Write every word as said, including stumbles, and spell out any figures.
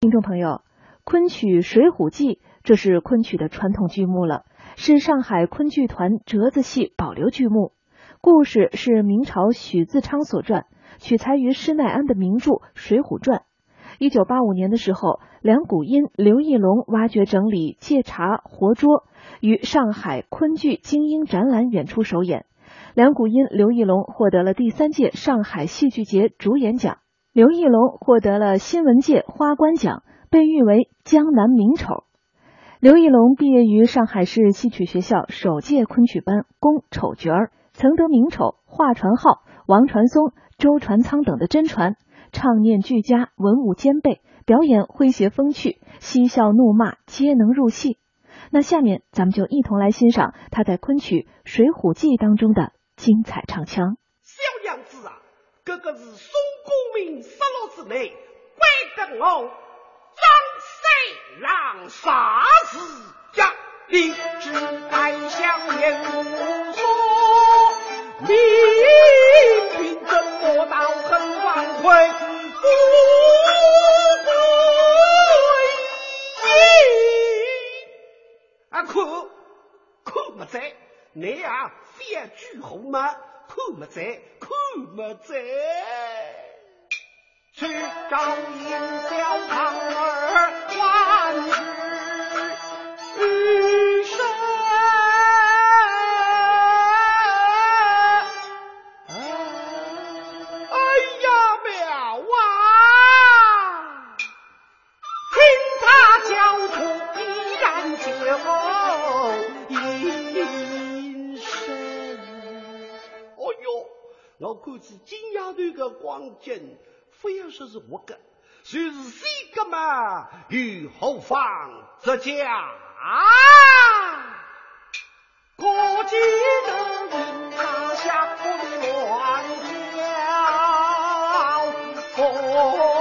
听众朋友，昆曲《水浒记》这是昆曲的传统剧目了，是上海昆剧团折子戏保留剧目。故事是明朝许自昌所传，取材于施耐庵的名著《水浒传》。一九八五年的时候，梁谷音、刘义隆挖掘整理借茶活捉，于上海昆剧精英展览演出首演。梁谷音、刘义隆获得了第三届上海戏剧节主演奖。刘义隆获得了新闻界花冠奖，被誉为江南名丑。刘义隆毕业于上海市戏曲学校首届昆曲班，攻丑角儿，曾得名丑、华传浩、王传松、周传仓等的真传，唱念俱佳，文武兼备，表演诙谐风趣，嬉笑怒骂皆能入戏。那下面咱们就一同来欣赏他在昆曲《水浒记》当中的精彩唱腔。 小娘子啊，这个是宋公明杀戮之内，怪得我张谁让杀死呀？你只该相言无说，明明真魔道很挽回，不啊，可可么在？你啊，非举红吗？可么在？可么在？去找银小胖儿万日余生。哎呀，苗啊！听他叫出依然就一生。哦哟，我看是金丫头个光景，非要说是我个，就是谁个嘛，与后方之家啊，可见得云拿下我的乱叫风。